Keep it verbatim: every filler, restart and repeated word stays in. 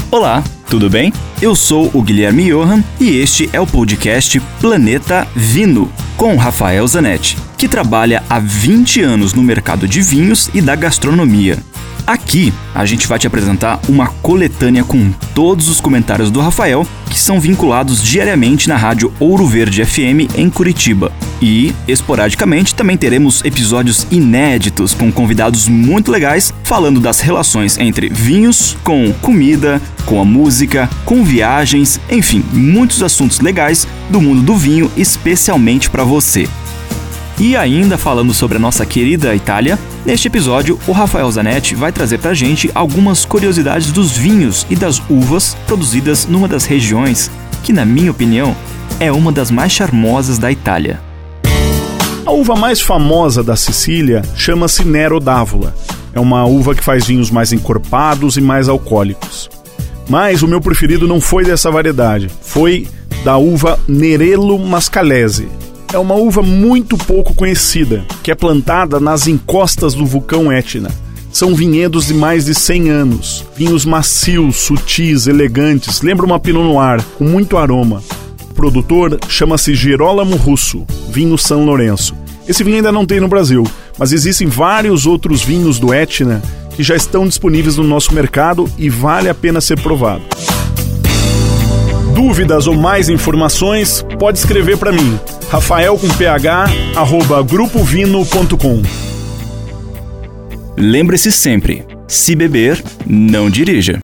Olá, tudo bem? Eu sou o Guilherme Johan e este é o podcast Planeta Vino, com Rafael Zanetti, que trabalha há vinte anos no mercado de vinhos e da gastronomia. Aqui, a gente vai te apresentar uma coletânea com todos os comentários do Rafael, que são vinculados diariamente na rádio Ouro Verde F M em Curitiba. E, esporadicamente, também teremos episódios inéditos com convidados muito legais, falando das relações entre vinhos, com comida, com a música, com viagens, enfim, muitos assuntos legais do mundo do vinho, especialmente para você. E ainda falando sobre a nossa querida Itália, neste episódio o Rafael Zanetti vai trazer pra gente algumas curiosidades dos vinhos e das uvas produzidas numa das regiões que, na minha opinião, é uma das mais charmosas da Itália. A uva mais famosa da Sicília chama-se Nero d'Avola. É uma uva que faz vinhos mais encorpados e mais alcoólicos. Mas o meu preferido não foi dessa variedade, foi da uva Nerello Mascalese. É uma uva muito pouco conhecida, que é plantada nas encostas do vulcão Etna. São vinhedos de mais de cem anos, vinhos macios, sutis, elegantes, lembra uma Pinot Noir, com muito aroma. O produtor chama-se Girolamo Russo, vinho São Lourenço. Esse vinho ainda não tem no Brasil, mas existem vários outros vinhos do Etna que já estão disponíveis no nosso mercado e vale a pena ser provado. Dúvidas ou mais informações, pode escrever para mim, rafael com ph, arroba grupovino ponto com. Lembre-se sempre, se beber, não dirija.